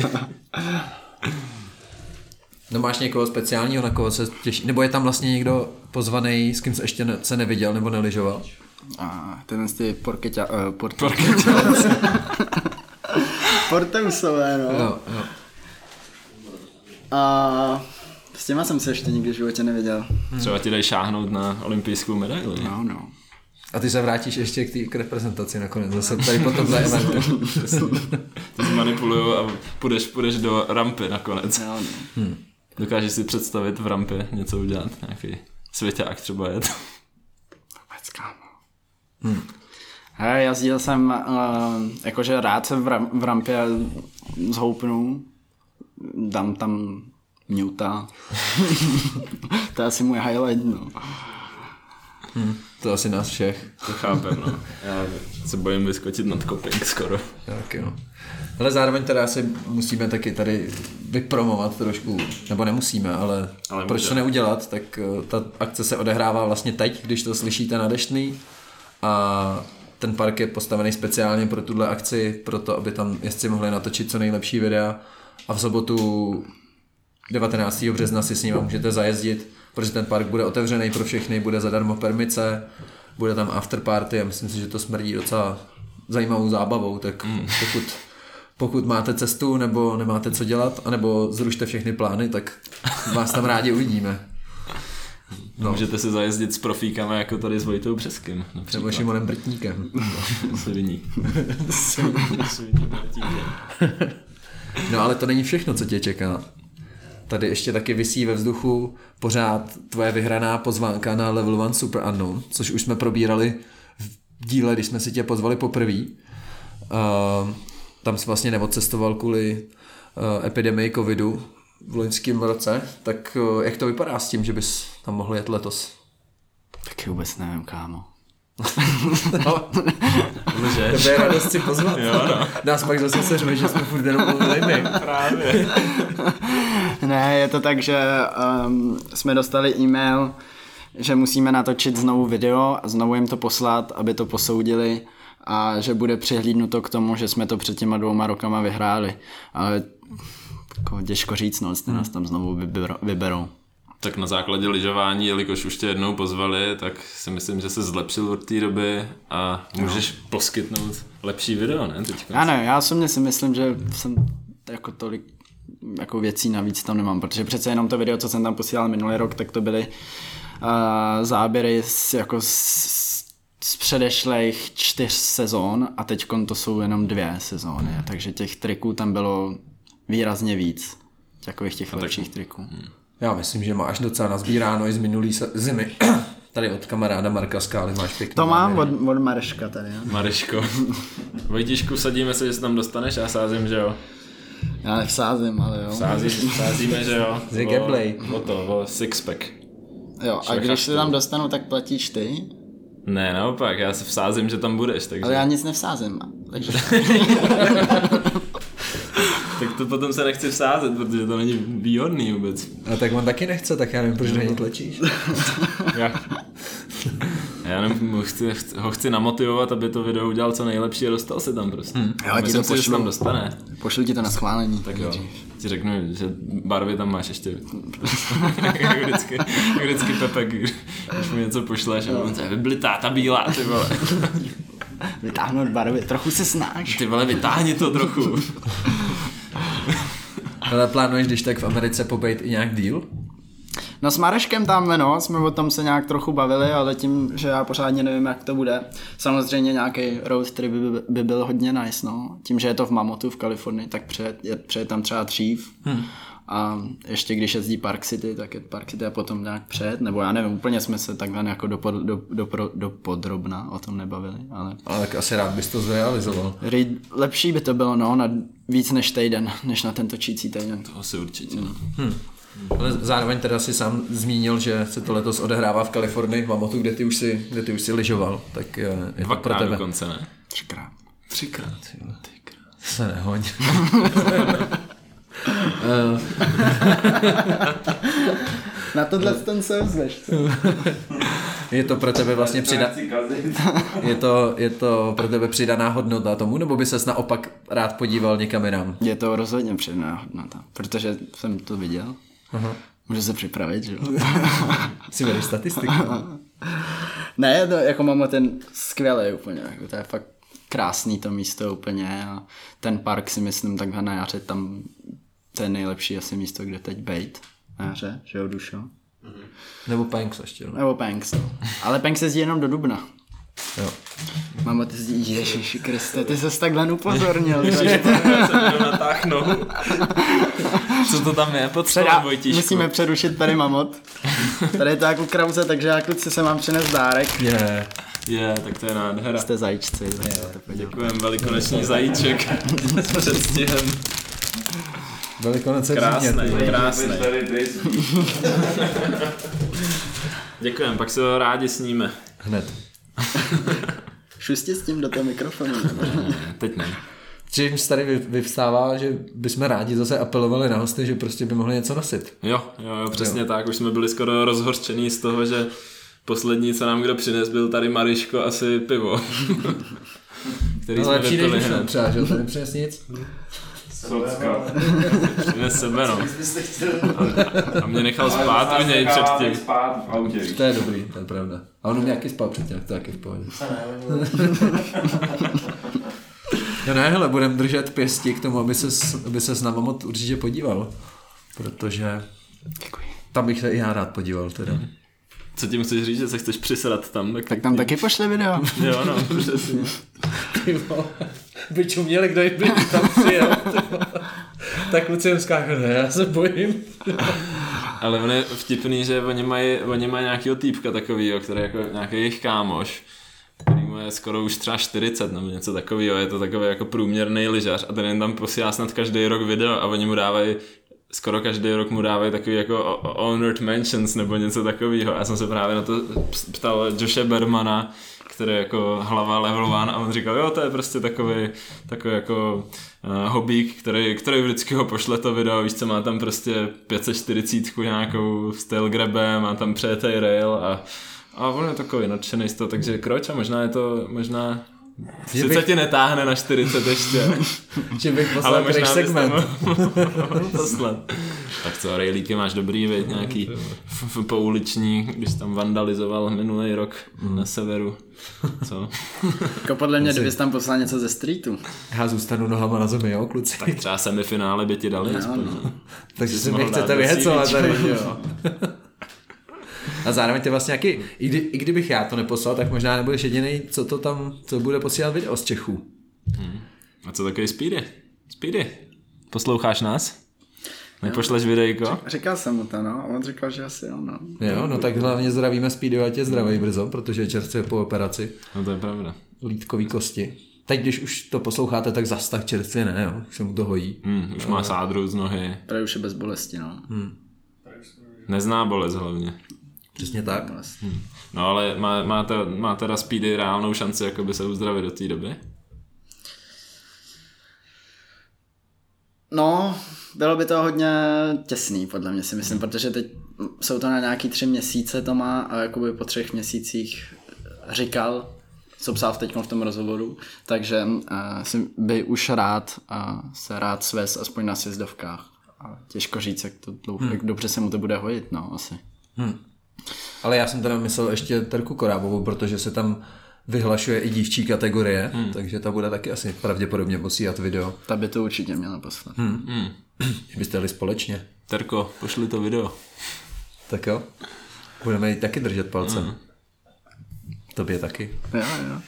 No máš někoho speciálního, na koho se těší? Nebo je tam vlastně někdo pozvaný, s kým se ještě ne, se neviděl nebo nelyžoval? A ten ty porkeťa... Uh, porkeťa. Porteusové, no. Jo, jo. A s těma jsem se ještě nikdy v životě neviděl. Třeba ti dají šáhnout na olympijskou medaili. No, no. A ty se vrátíš ještě k té k reprezentaci nakonec, zase tady potom za eventem. Ty zmanipulujou a půjdeš, půjdeš do rampy nakonec. Jo, no. Hmm. Dokážeš si představit v rampě něco udělat? Nějaký svěťák třeba jet? Vůbec, kámo. Hmm. Hej, jazdil jsem uh, jakože rád se v, ram, v rampě zhoupnu, dám tam muta. To je asi můj highlight, no. Hmm. To asi nás všech. To chápem, no. Já se bojím vyskočit nad koping skoro. Tak jo. Ale zároveň teda si musíme taky tady vypromovat trošku, nebo nemusíme, ale, ale proč může. To neudělat, tak ta akce se odehrává vlastně teď, když to slyšíte na Deštný a ten park je postavený speciálně pro tuhle akci, proto aby tam jezdci mohli natočit co nejlepší videa a v sobotu devatenáctého března si s ním můžete zajezdit, protože ten park bude otevřený pro všechny, bude zadarmo permice, bude tam afterparty a myslím si, že to smrdí docela zajímavou zábavou, tak mm. pokud, pokud máte cestu nebo nemáte co dělat, anebo zrušte všechny plány, tak vás tam rádi uvidíme. No. Můžete si zajezdit s profíkama jako tady s Vojtou Břeským. Nebo Šimonem Brtníkem. Sviní. No ale to není všechno, co tě čeká. Tady ještě taky visí ve vzduchu pořád tvoje vyhraná pozvánka na Level One Super Unknown, což už jsme probírali v díle, když jsme si tě pozvali poprvé. Uh, tam jsi vlastně neodcestoval kvůli uh, epidemii covidu v loňském roce, tak uh, jak to vypadá s tím, že bys tam mohl jet letos? Taky vůbec nevím, kámo. No, to je radost si pozvat. Jo, no. Nás pak zase seřme, že jsme furt jenom mluvili my. Právě. Ne, je to tak, že um, jsme dostali e-mail, že musíme natočit znovu video a znovu jim to poslat, aby to posoudili a že bude přihlídnuto k tomu, že jsme to před těma dvouma rokama vyhráli. Ale jako těžko říct, no, jestli nás tam znovu vyberou. Tak na základě lyžování, jelikož už tě jednou pozvali, tak si myslím, že se zlepšil od té doby a můžeš no. poskytnout lepší video, ne? Teďka. Já ne, já osobně si myslím, že jsem jako tolik jako věcí navíc tam nemám, protože přece jenom to video, co jsem tam posílal minulý rok, tak to byly uh, záběry z, jako z, z předešlých čtyř sezón a teďkon to jsou jenom dvě sezóny, takže těch triků tam bylo výrazně víc, takových těch a lepších tak... triků. Hmm. Já myslím, že máš docela nazbíráno i z minulý zimy. Tady od kamaráda Marka Skály máš pěkný. To mám od, od Mareška tady. Jo? Mareško. Vojtíšku, sadíme se, že se tam dostaneš, já sázím, že jo. Já nevsázím, ale jo. Sází, sázíme, že jo. Z gameplay. O to, o sixpack. Jo, a když se tam dostanu, tak platíš ty? Ne, naopak, já se vsázím, že tam budeš, takže... Ale já nic nevsázím, takže... tak to potom se nechci vsázet, protože to není výhodný vůbec. A tak on taky nechce, tak já nevím, proč do něj tlačíš. Já, já nevím, ho chci, ho chci namotivovat, aby to video udělal co nejlepší a dostal se tam prostě. Hmm. Jo, Myslím si, že se tam dostane. Pošlu ti to na schválení. Tak jo, ti řeknu, že barvy tam máš ještě. vždycky, vždycky Pepek, když mu něco pošleš, a on to by byly táta bílá, ty vole. Vytáhnout barvy, trochu se snáš. Ty vole, vytáhni to trochu. Ale plánuješ, když tak v Americe pobejt i nějak díl? No s Mareškem tam, no, jsme o tom se nějak trochu bavili, ale tím, že já pořádně nevím, jak to bude. Samozřejmě nějaký road trip by, by byl hodně nice, no. Tím, že je to v Mamotu v Kalifornii, tak přijet, je, přijet tam třeba dřív. Hmm. A ještě když jezdí Park City, tak je Park City a potom nějak přijet, nebo já nevím, úplně jsme se takhle jako do, do, do, do, do podrobna o tom nebavili, ale... Ale tak asi rád bys to zrealizoval. Lepší by to bylo, no, na víc než týden, než na ten točící týden. To asi určitě, no. Hmm. Ale zároveň teda si sám zmínil, že se to letos odehrává v Kalifornii, v Mamotu, kde ty už si, kde ty už si lyžoval, tak je to pro tebe. Dokonce, ne? Třikrát. Třikrát, jo. Třikrát. Se nehoň. Na tohle ten se vzveš. Je to pro tebe vlastně přida... je, to, je to pro tebe přidaná hodnota tomu, nebo by ses naopak rád podíval někam jinam? Je to rozhodně přidaná hodnota, protože jsem to viděl. Aha. Můžu se připravit, že jo? Si vedeš statistiku. Ne, to, jako mám ten skvělý úplně, jako to je fakt krásný to místo úplně a ten park si myslím takhle na jaře tam to je nejlepší asi místo, kde teď bejt. Na jaře, že jo, Dušo? Nebo Panks ještě. No. Nebo Panks, no. Ale Panks jezdí jenom do dubna. Jo. Mama, ty jezdí, Ježiši Kriste, ty ses takhle upozornil. Ježiši, to se natáhnu. Co to tam je pod stolem, Vojtíšku? Musíme přerušit tady mamot. Tady je to jako krauze, takže já kluci se mám přinést dárek. Je, yeah. je, yeah, tak to je nádhera. Jste zajíčci. Yeah. Děkujem, velikonoční zajíček s předstihem. Velikonoce krásný, krásný. Děkujem, pak se ho rádi sníme. Hned. Šustě s tím do toho mikrofonu. Teď ne. Čímž tady vyvstává, že bychom rádi zase apelovali na hosty, že prostě by mohli něco nosit. Jo, jo, jo přesně jo. Tak. Už jsme byli skoro rozhořčení z toho, že poslední, co nám kdo přines, byl tady Mariško, asi pivo. Který jsme vypili hned. Třeba, že to nepřines nic? Socka. Přines sebe, no. A, a mě nechal spát u něj předtím. Spát v autě, to je dobrý, to je pravda. A on nějaký spal předtím, to taky v pohodě. No ne, hele, budem držet pěsti k tomu, aby se, aby se s náma moc určitě podíval. Protože děkuji. Tam bych se i já rád podíval teda. Hmm. Co tím chceš říct, že se chceš přisrat tam? Tak, tak tam taky pošli video. Jo, no, přesně. By čuměli, kdo by tam přijel. Tak kluci jim skákali, ne, já se bojím. Ale on je vtipný, že oni mají, oni mají nějakýho týpka takovýho, který je jako nějaký jejich kámoš, který mu je skoro už třeba čtyřicet nebo něco takového, je to takový jako průměrný lyžař a ten jen tam posílá snad každý rok video a oni mu dávají skoro každý rok mu dávají takový jako honored mentions nebo něco takového. Já jsem se právě na to ptal Joshe Bermana, který je jako hlava Level One a on říkal, jo, to je prostě takový, takový jako uh, hobík, který, který vždycky ho pošle to video, víš co, má tam prostě pět set čtyřicet nějakou s tailgrabem, má tam přejetej rail a, a on je takový nadšený z toho, takže kroč a možná je to, možná sice bych... tě netáhne na čtyřicet ještě. Že bych poslal crash segment. Poslat. Tak co, rejlíky máš dobrý, věď, nějaký f- f- pouliční, když tam vandalizoval minulý rok mm. na severu. Co? Jako podle mě, kdybys tam poslal něco ze streetu. Já zůstanu nohama na zemi, jo, kluci. Tak třeba semifinále by ti dali. No, no. Takže si mi chcete vyhecovat tady, jo. A zároveň ty vlastně nějaký, i, kdy, i kdybych já to neposlal, tak možná nebudeš jediný, co to tam, co bude posílat video z Čechů. Hmm. A co takový Speedy? Speedy, posloucháš nás? Nepošleš videjko? Říkal jsem mu to, no, a on říkal, že asi jo, no. Jo, no tak hlavně zdravíme Speedy, ať je zdravý brzo, protože je čerstvě po operaci. No to je pravda. Lítkový kosti. Teď, když už to posloucháte, tak zas tak čerstvě ne, jo, už se mu to hojí. Hmm, už má sádru z nohy. Právě už je bez bolesti, no. Hmm. Nezná bolest hlavně. Přesně tak. Hmm. No ale má, má, ta, má teda Speedy reálnou šanci jakoby se uzdravit do té doby? No, bylo by to hodně těsný, podle mě si myslím, protože teď jsou to na nějaký tři měsíce to má a jakoby po třech měsících říkal, co psal teď v tom rozhovoru, takže uh, si by už rád uh, se rád svést aspoň na sjezdovkách. A těžko říct, jak, to dlouho, hmm. jak dobře se mu to bude hojit, no asi. Hmm. Ale já jsem teda myslel ještě Terku Korábovou, protože se tam vyhlašuje i dívčí kategorie, hmm. takže ta bude taky asi pravděpodobně posílat video. Ta by to určitě měla poslat. Hmm. Hmm. Byste jeli společně. Terko, pošli to video. Tak jo. Budeme jí taky držet palcem. Hmm. Tobě taky. Jo, jo.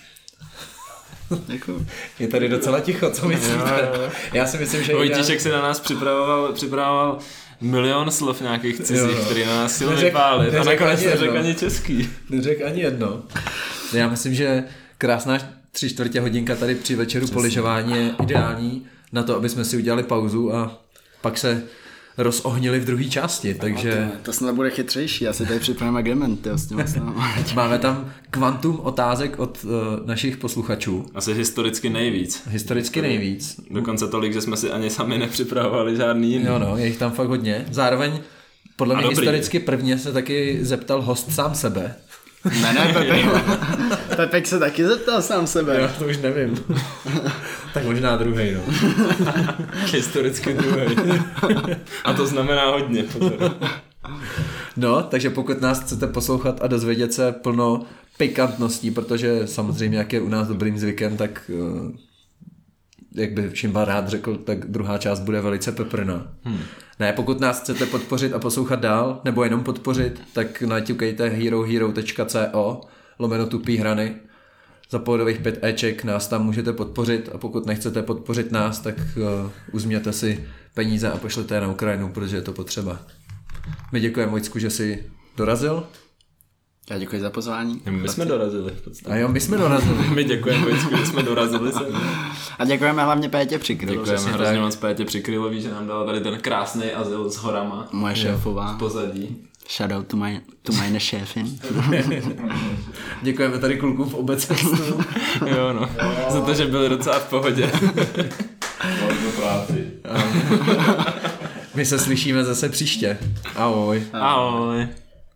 Děkuju. Je tady docela ticho, co myslíte? Jo, jo. Já si myslím, že... Vojtíšek si na nás připravoval, připravoval milion slov nějakých cizích, který na nás chtěl vypálit. A nakonec neřekl ani český. Neřekl ani jedno. Já myslím, že krásná tři čtvrtě hodinka tady při večeru po lyžování je ideální na to, aby jsme si udělali pauzu a pak se rozohnili v druhé části, takže... To, to snad bude chytřejší, já si tady připravím agreement, jo, s tím Máme tam kvantum otázek od uh, našich posluchačů. Asi historicky nejvíc. Historicky nejvíc. Dokonce tolik, že jsme si ani sami nepřipravovali žádný jiný. Jo no, je jich tam fakt hodně. Zároveň podle mě historicky prvně se taky zeptal host sám sebe. Ne, ne, Pepek. Pepek se taky zeptal sám sebe. Jo, to už nevím. Tak možná druhej, no. Historicky druhej. A to znamená hodně. No, takže pokud nás chcete poslouchat a dozvědět se plno pikantností, protože samozřejmě jak je u nás dobrým zvykem, tak jak by Šimba rád řekl, tak druhá část bude velice peprná. Hmm. Ne, pokud nás chcete podpořit a poslouchat dál, nebo jenom podpořit, tak naťukejte herohero tečka co lomeno tupý hrany. Za pohodových pět éček nás tam můžete podpořit a pokud nechcete podpořit nás, tak uh, uzměte si peníze a pošlete je na Ukrajinu, protože je to potřeba. My děkujeme Vojtsku, že jsi dorazil. Já děkuji za pozvání. My jsme dorazili v podstatě. A jo, my jsme dorazili. My děkujeme Vojtsku, že jsme dorazili sem. A děkujeme hlavně Pétě Přikrylo. Děkujeme hrozně moc Pétě Přikrylo, víš, že nám dala tady ten krásný azyl s horama. Moje šéfová. V pozadí. Shout out to my, to my šéfin. Děkujeme tady klukům v obecenstvu. Jo no, za to, že byli docela v pohodě. Možno práci. My se slyšíme zase příště. Ahoj. Ahoj.